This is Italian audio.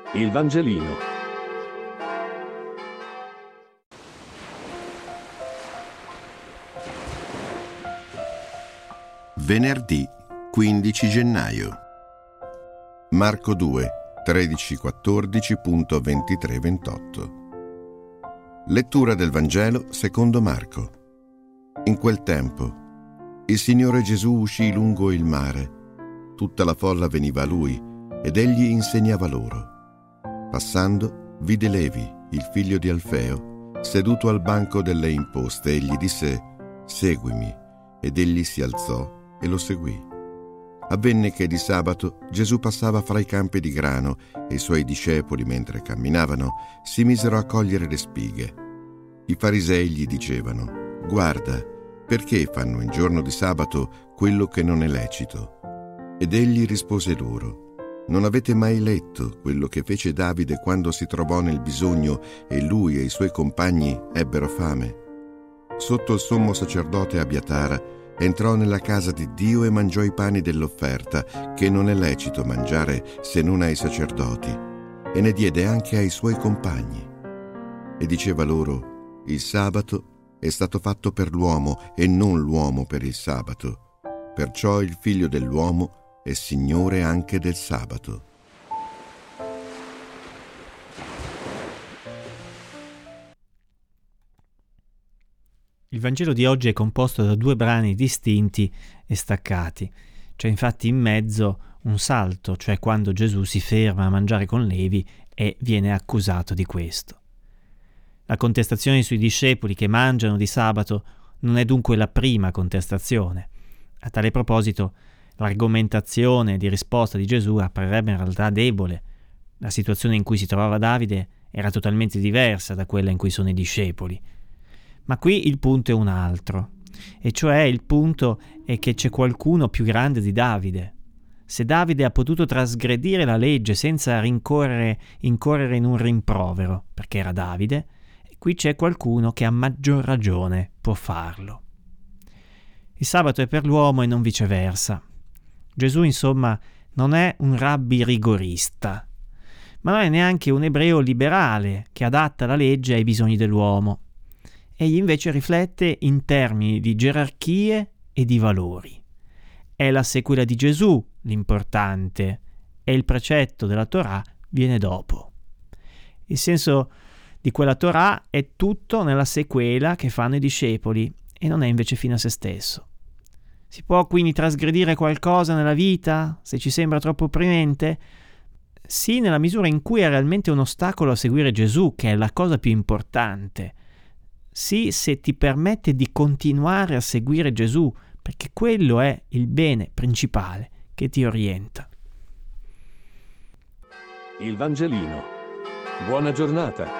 Il Vangelino. Venerdì 15 gennaio. Marco 2, 13-14.23-28. Lettura del Vangelo secondo Marco. In quel tempo, il Signore Gesù uscì lungo il mare. Tutta la folla veniva a Lui ed Egli insegnava loro. Passando, vide Levi, il figlio di Alfeo, seduto al banco delle imposte e gli disse: «Seguimi». Ed egli si alzò e lo seguì. Avvenne che di sabato Gesù passava fra i campi di grano e i suoi discepoli, mentre camminavano, si misero a cogliere le spighe. I farisei gli dicevano: «Guarda, perché fanno in giorno di sabato quello che non è lecito?» Ed egli rispose loro: «Non avete mai letto quello che fece Davide quando si trovò nel bisogno e lui e i suoi compagni ebbero fame? Sotto il sommo sacerdote Abiatara entrò nella casa di Dio e mangiò i pani dell'offerta, che non è lecito mangiare se non ai sacerdoti, e ne diede anche ai suoi compagni. E diceva loro: il sabato è stato fatto per l'uomo e non l'uomo per il sabato. Perciò il Figlio dell'uomo è Signore anche del sabato». Il Vangelo di oggi è composto da due brani distinti e staccati. C'è infatti in mezzo un salto, cioè quando Gesù si ferma a mangiare con Levi e viene accusato di questo. La contestazione sui discepoli che mangiano di sabato non è dunque la prima contestazione. A tale proposito, l'argomentazione di risposta di Gesù apparirebbe in realtà debole. La situazione in cui si trovava Davide era totalmente diversa da quella in cui sono i discepoli. Ma qui il punto è un altro, e cioè il punto è che c'è qualcuno più grande di Davide. Se Davide ha potuto trasgredire la legge senza incorrere in un rimprovero, perché era Davide, qui c'è qualcuno che a maggior ragione può farlo. Il sabato è per l'uomo e non viceversa. Gesù, insomma, non è un rabbi rigorista, ma non è neanche un ebreo liberale che adatta la legge ai bisogni dell'uomo. Egli invece riflette in termini di gerarchie e di valori. È la sequela di Gesù l'importante e il precetto della Torah viene dopo. Il senso di quella Torah è tutto nella sequela che fanno i discepoli e non è invece fine a se stesso. Si può quindi trasgredire qualcosa nella vita se ci sembra troppo opprimente? Sì, nella misura in cui è realmente un ostacolo a seguire Gesù, che è la cosa più importante. Sì, se ti permette di continuare a seguire Gesù, perché quello è il bene principale che ti orienta. Il Vangelino. Buona giornata.